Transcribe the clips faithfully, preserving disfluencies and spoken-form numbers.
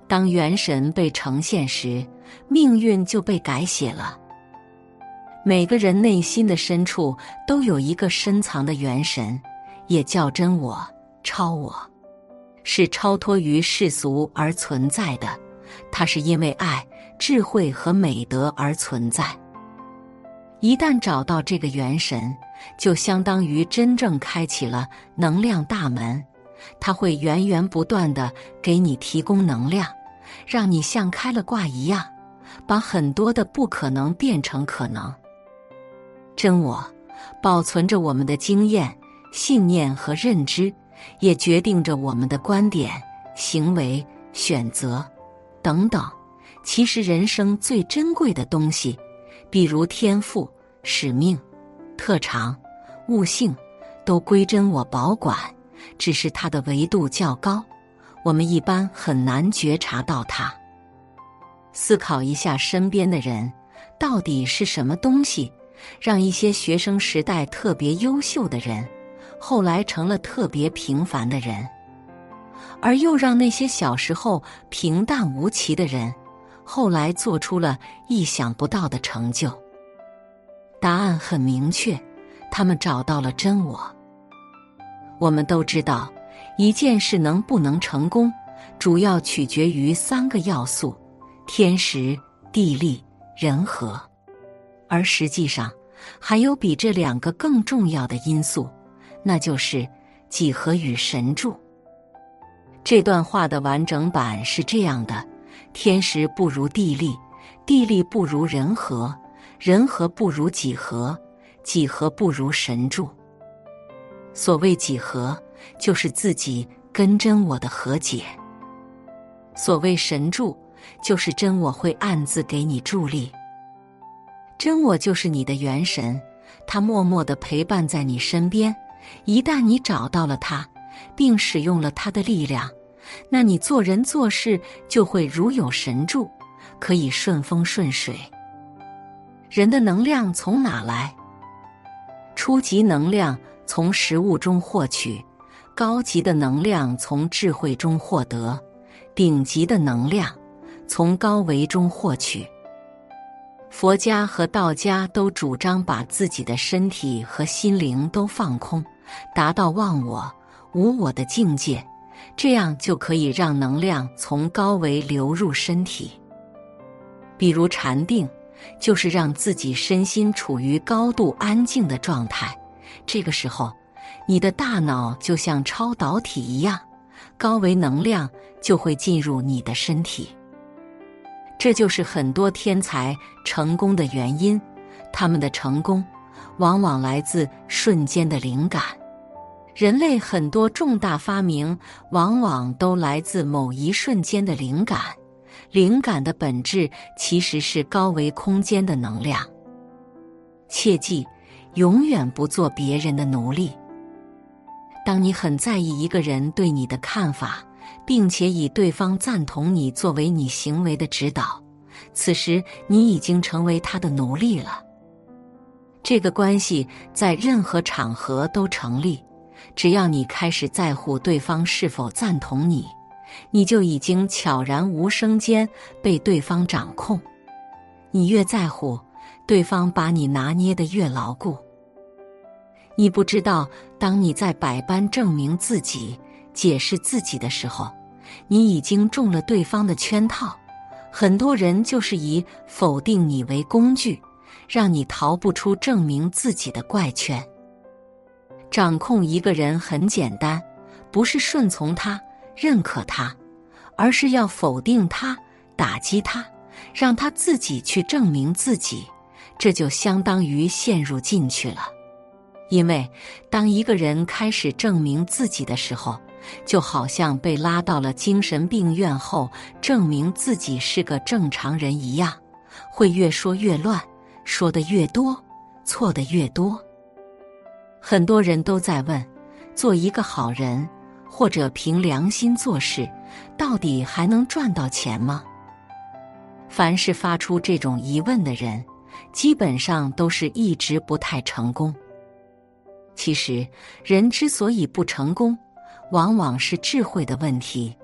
当元神被呈现时，命运就被改写了。每个人内心的深处都有一个深藏的元神，也叫真我、超我，是超脱于世俗而存在的，它是因为爱、智慧和美德而存在。一旦找到这个元神，就相当于真正开启了能量大门，它会源源不断地给你提供能量，让你像开了挂一样，把很多的不可能变成可能。真我保存着我们的经验、信念和认知，也决定着我们的观点、行为、选择等等。其实人生最珍贵的东西，比如天赋、使命、特长、悟性，都归真我保管，只是它的维度较高，我们一般很难觉察到它。思考一下身边的人，到底是什么东西，让一些学生时代特别优秀的人，后来成了特别平凡的人，而又让那些小时候平淡无奇的人，后来做出了意想不到的成就。答案很明确，他们找到了真我。我们都知道，一件事能不能成功，主要取决于三个要素：天时、地利、人和。而实际上，还有比这两个更重要的因素，那就是几何与神助。这段话的完整版是这样的：天时不如地利，地利不如人和，人和不如几何，几何不如神助。所谓几何，就是自己跟真我的和解；所谓神助，就是真我会暗自给你助力。真我就是你的元神，它默默地陪伴在你身边，一旦你找到了它，并使用了它的力量，那你做人做事就会如有神助，可以顺风顺水。人的能量从哪来？初级能量从食物中获取，高级的能量从智慧中获得，顶级的能量从高维中获取。佛家和道家都主张把自己的身体和心灵都放空，达到忘我、无我的境界，这样就可以让能量从高维流入身体。比如禅定，就是让自己身心处于高度安静的状态，这个时候，你的大脑就像超导体一样，高维能量就会进入你的身体。这就是很多天才成功的原因，他们的成功往往来自瞬间的灵感。人类很多重大发明往往都来自某一瞬间的灵感，灵感的本质其实是高维空间的能量。切记，永远不做别人的奴隶。当你很在意一个人对你的看法，并且以对方赞同你作为你行为的指导，此时你已经成为他的奴隶了。这个关系在任何场合都成立，只要你开始在乎对方是否赞同你，你就已经悄然无声间被对方掌控。你越在乎，对方把你拿捏得越牢固。你不知道，当你在百般证明自己、解释自己的时候，你已经中了对方的圈套。很多人就是以否定你为工具，让你逃不出证明自己的怪圈。掌控一个人很简单，不是顺从他、认可他，而是要否定他、打击他，让他自己去证明自己，这就相当于陷入进去了。因为当一个人开始证明自己的时候，就好像被拉到了精神病院后证明自己是个正常人一样，会越说越乱，说得越多，错得越多。很多人都在问，做一个好人或者凭良心做事，到底还能赚到钱吗？凡是发出这种疑问的人，基本上都是一直不太成功。其实，人之所以不成功，往往是智慧的问题。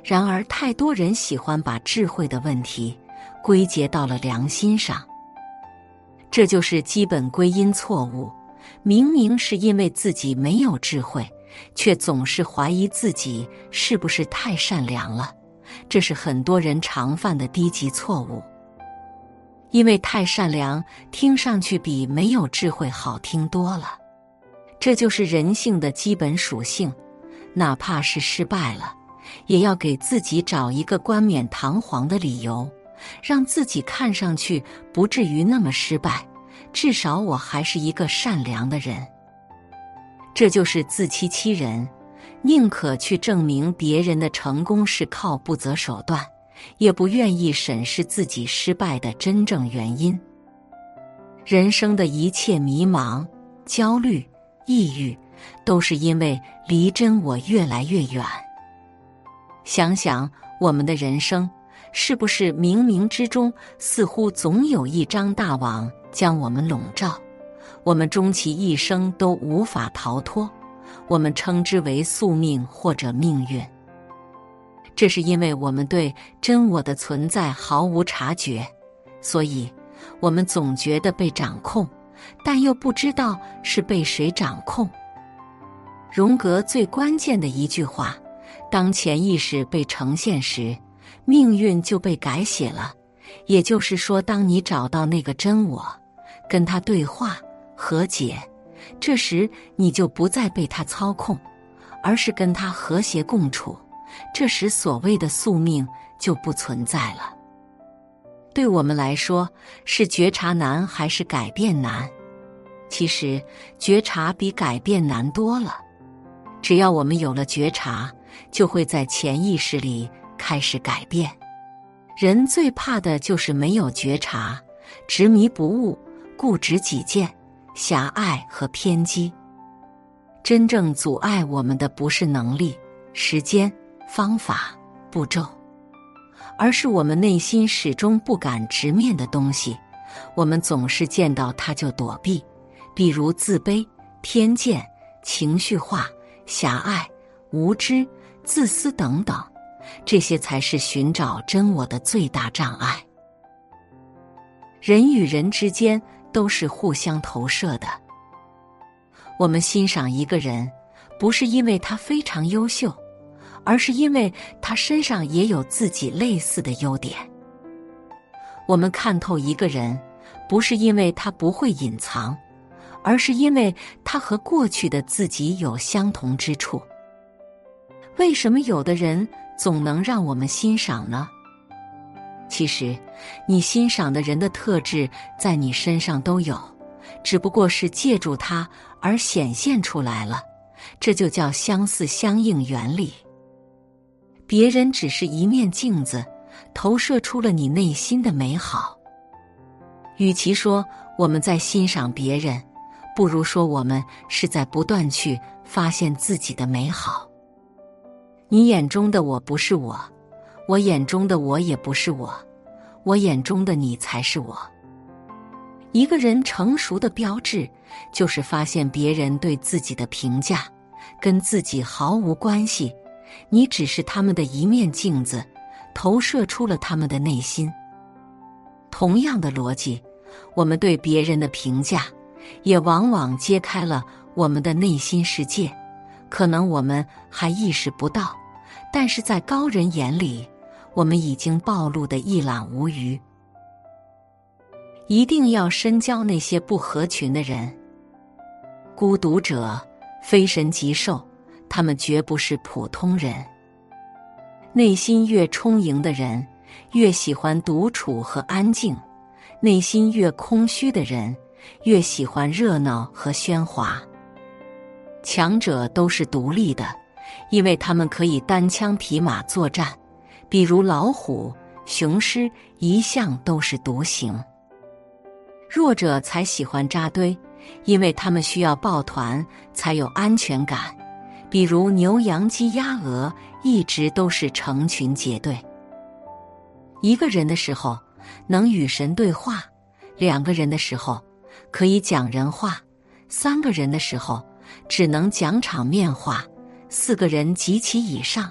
然而，太多人喜欢把智慧的问题归结到了良心上，这就是基本归因错误。明明是因为自己没有智慧，却总是怀疑自己是不是太善良了，这是很多人常犯的低级错误。因为太善良听上去比没有智慧好听多了，这就是人性的基本属性。哪怕是失败了，也要给自己找一个冠冕堂皇的理由，让自己看上去不至于那么失败，至少我还是一个善良的人。这就是自欺欺人，宁可去证明别人的成功是靠不择手段，也不愿意审视自己失败的真正原因。人生的一切迷茫、焦虑、抑郁，都是因为离真我越来越远。想想我们的人生，是不是冥冥之中似乎总有一张大网将我们笼罩，我们终其一生都无法逃脱，我们称之为宿命或者命运。这是因为我们对真我的存在毫无察觉，所以我们总觉得被掌控，但又不知道是被谁掌控。荣格最关键的一句话，当潜意识被呈现时，命运就被改写了。也就是说，当你找到那个真我，跟他对话和解，这时你就不再被他操控，而是跟他和谐共处，这时所谓的宿命就不存在了。对我们来说，是觉察难还是改变难？其实觉察比改变难多了。只要我们有了觉察，就会在潜意识里开始改变。人最怕的就是没有觉察，执迷不悟，固执己见，狭隘和偏激。真正阻碍我们的不是能力、时间、方法、步骤，而是我们内心始终不敢直面的东西。我们总是见到它就躲避，比如自卑、偏见、情绪化、狭隘、无知、自私等等，这些才是寻找真我的最大障碍。人与人之间都是互相投射的。我们欣赏一个人，不是因为他非常优秀，而是因为他身上也有自己类似的优点。我们看透一个人，不是因为他不会隐藏，而是因为他和过去的自己有相同之处。为什么有的人总能让我们欣赏呢？其实，你欣赏的人的特质在你身上都有，只不过是借助它而显现出来了，这就叫相似相应原理。别人只是一面镜子，投射出了你内心的美好。与其说我们在欣赏别人，不如说我们是在不断去发现自己的美好。你眼中的我不是我，我眼中的我也不是我，我眼中的你才是我。一个人成熟的标志，就是发现别人对自己的评价跟自己毫无关系，你只是他们的一面镜子，投射出了他们的内心。同样的逻辑，我们对别人的评价，也往往揭开了我们的内心世界，可能我们还意识不到，但是在高人眼里，我们已经暴露得一览无余。一定要深交那些不合群的人。孤独者非神即兽，他们绝不是普通人。内心越充盈的人，越喜欢独处和安静；内心越空虚的人，越喜欢热闹和喧哗。强者都是独立的，因为他们可以单枪匹马作战，比如老虎、雄狮一向都是独行。弱者才喜欢扎堆，因为他们需要抱团才有安全感，比如牛羊鸡鸭鹅一直都是成群结队。一个人的时候能与神对话，两个人的时候可以讲人话，三个人的时候只能讲场面话，四个人及其以上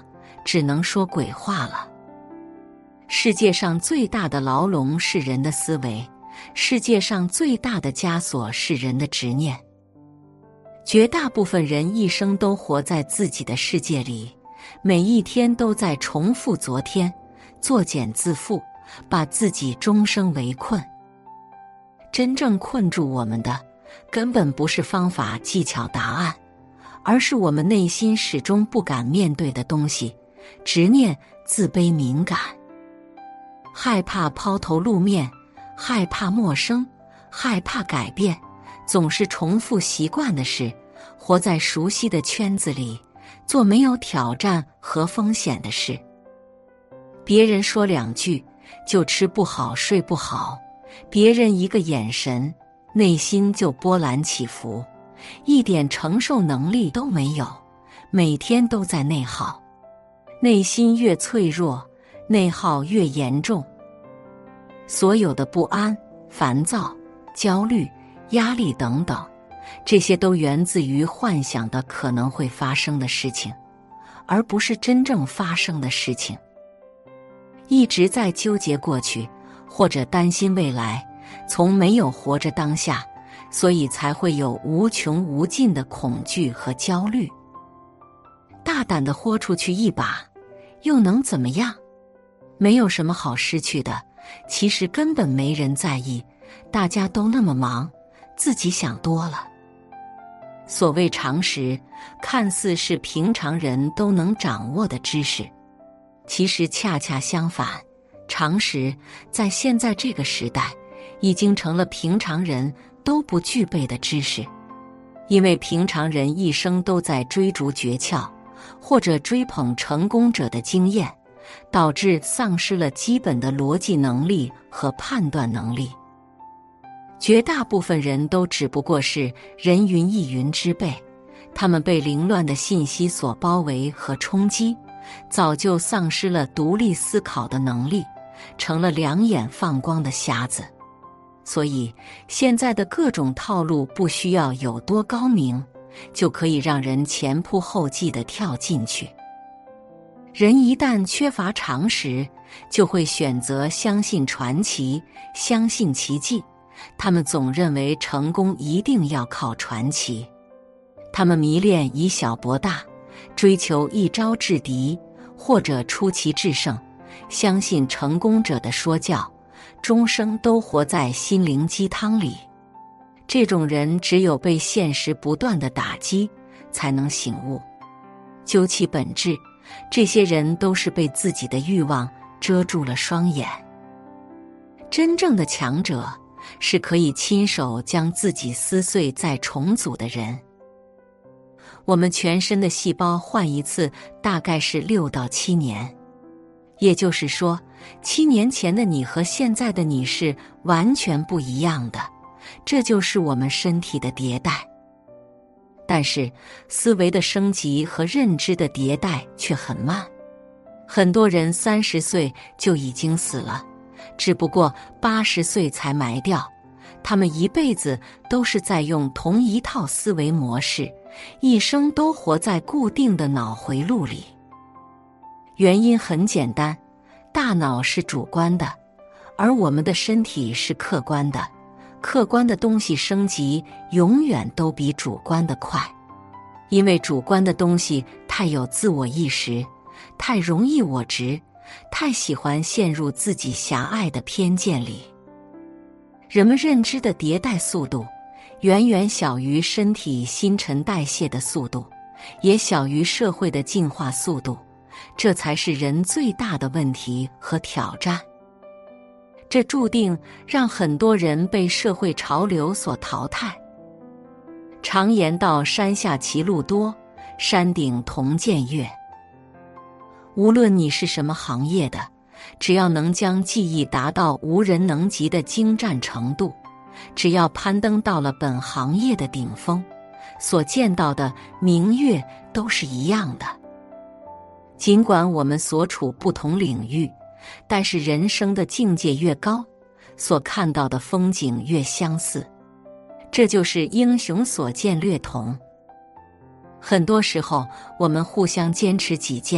只能说鬼话了。世界上最大的牢笼是人的思维，世界上最大的枷锁是人的执念。绝大部分人一生都活在自己的世界里，每一天都在重复昨天，作茧自缚，把自己终生围困。真正困住我们的，根本不是方法、技巧、答案，而是我们内心始终不敢面对的东西：执念、自卑、敏感。害怕抛头露面，害怕陌生，害怕改变，总是重复习惯的事，活在熟悉的圈子里，做没有挑战和风险的事。别人说两句就吃不好睡不好，别人一个眼神内心就波澜起伏，一点承受能力都没有，每天都在内耗。内心越脆弱，内耗越严重。所有的不安、烦躁、焦虑、压力等等，这些都源自于幻想的可能会发生的事情，而不是真正发生的事情。一直在纠结过去，或者担心未来，从没有活着当下，所以才会有无穷无尽的恐惧和焦虑。大胆地豁出去一把，又能怎么样？没有什么好失去的，其实根本没人在意，大家都那么忙，自己想多了。所谓常识，看似是平常人都能掌握的知识，其实恰恰相反，常识在现在这个时代已经成了平常人都不具备的知识。因为平常人一生都在追逐诀窍，或者追捧成功者的经验，导致丧失了基本的逻辑能力和判断能力。绝大部分人都只不过是人云亦云之辈，他们被凌乱的信息所包围和冲击，早就丧失了独立思考的能力，成了两眼放光的瞎子。所以现在的各种套路不需要有多高明，就可以让人前仆后继地跳进去。人一旦缺乏常识，就会选择相信传奇，相信奇迹。他们总认为成功一定要靠传奇，他们迷恋以小博大，追求一招制敌或者出奇制胜，相信成功者的说教，终生都活在心灵鸡汤里。这种人只有被现实不断的打击，才能醒悟。究其本质，这些人都是被自己的欲望遮住了双眼。真正的强者是可以亲手将自己撕碎再重组的人。我们全身的细胞换一次大概是六到七年，也就是说，七年前的你和现在的你是完全不一样的，这就是我们身体的迭代。但是思维的升级和认知的迭代却很慢，很多人三十岁就已经死了，只不过八十岁才埋掉。他们一辈子都是在用同一套思维模式，一生都活在固定的脑回路里。原因很简单，大脑是主观的，而我们的身体是客观的。客观的东西升级永远都比主观的快，因为主观的东西太有自我意识，太容易我执，太喜欢陷入自己狭隘的偏见里。人们认知的迭代速度远远小于身体新陈代谢的速度，也小于社会的进化速度，这才是人最大的问题和挑战。这注定让很多人被社会潮流所淘汰。常言道，山下歧路多，山顶同见月。无论你是什么行业的，只要能将技艺达到无人能及的精湛程度，只要攀登到了本行业的顶峰，所见到的明月都是一样的。尽管我们所处不同领域，但是人生的境界越高，所看到的风景越相似，这就是英雄所见略同。很多时候，我们互相坚持己见，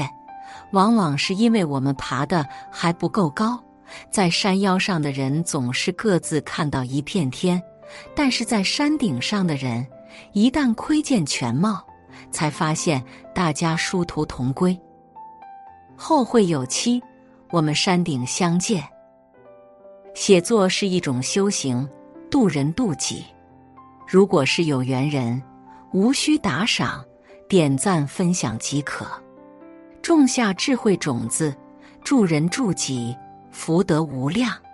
往往是因为我们爬得还不够高。在山腰上的人总是各自看到一片天，但是在山顶上的人，一旦窥见全貌，才发现大家殊途同归。后会有期，我们山顶相见。写作是一种修行，渡人渡己。如果是有缘人，无需打赏，点赞分享即可。种下智慧种子，助人助己，福德无量。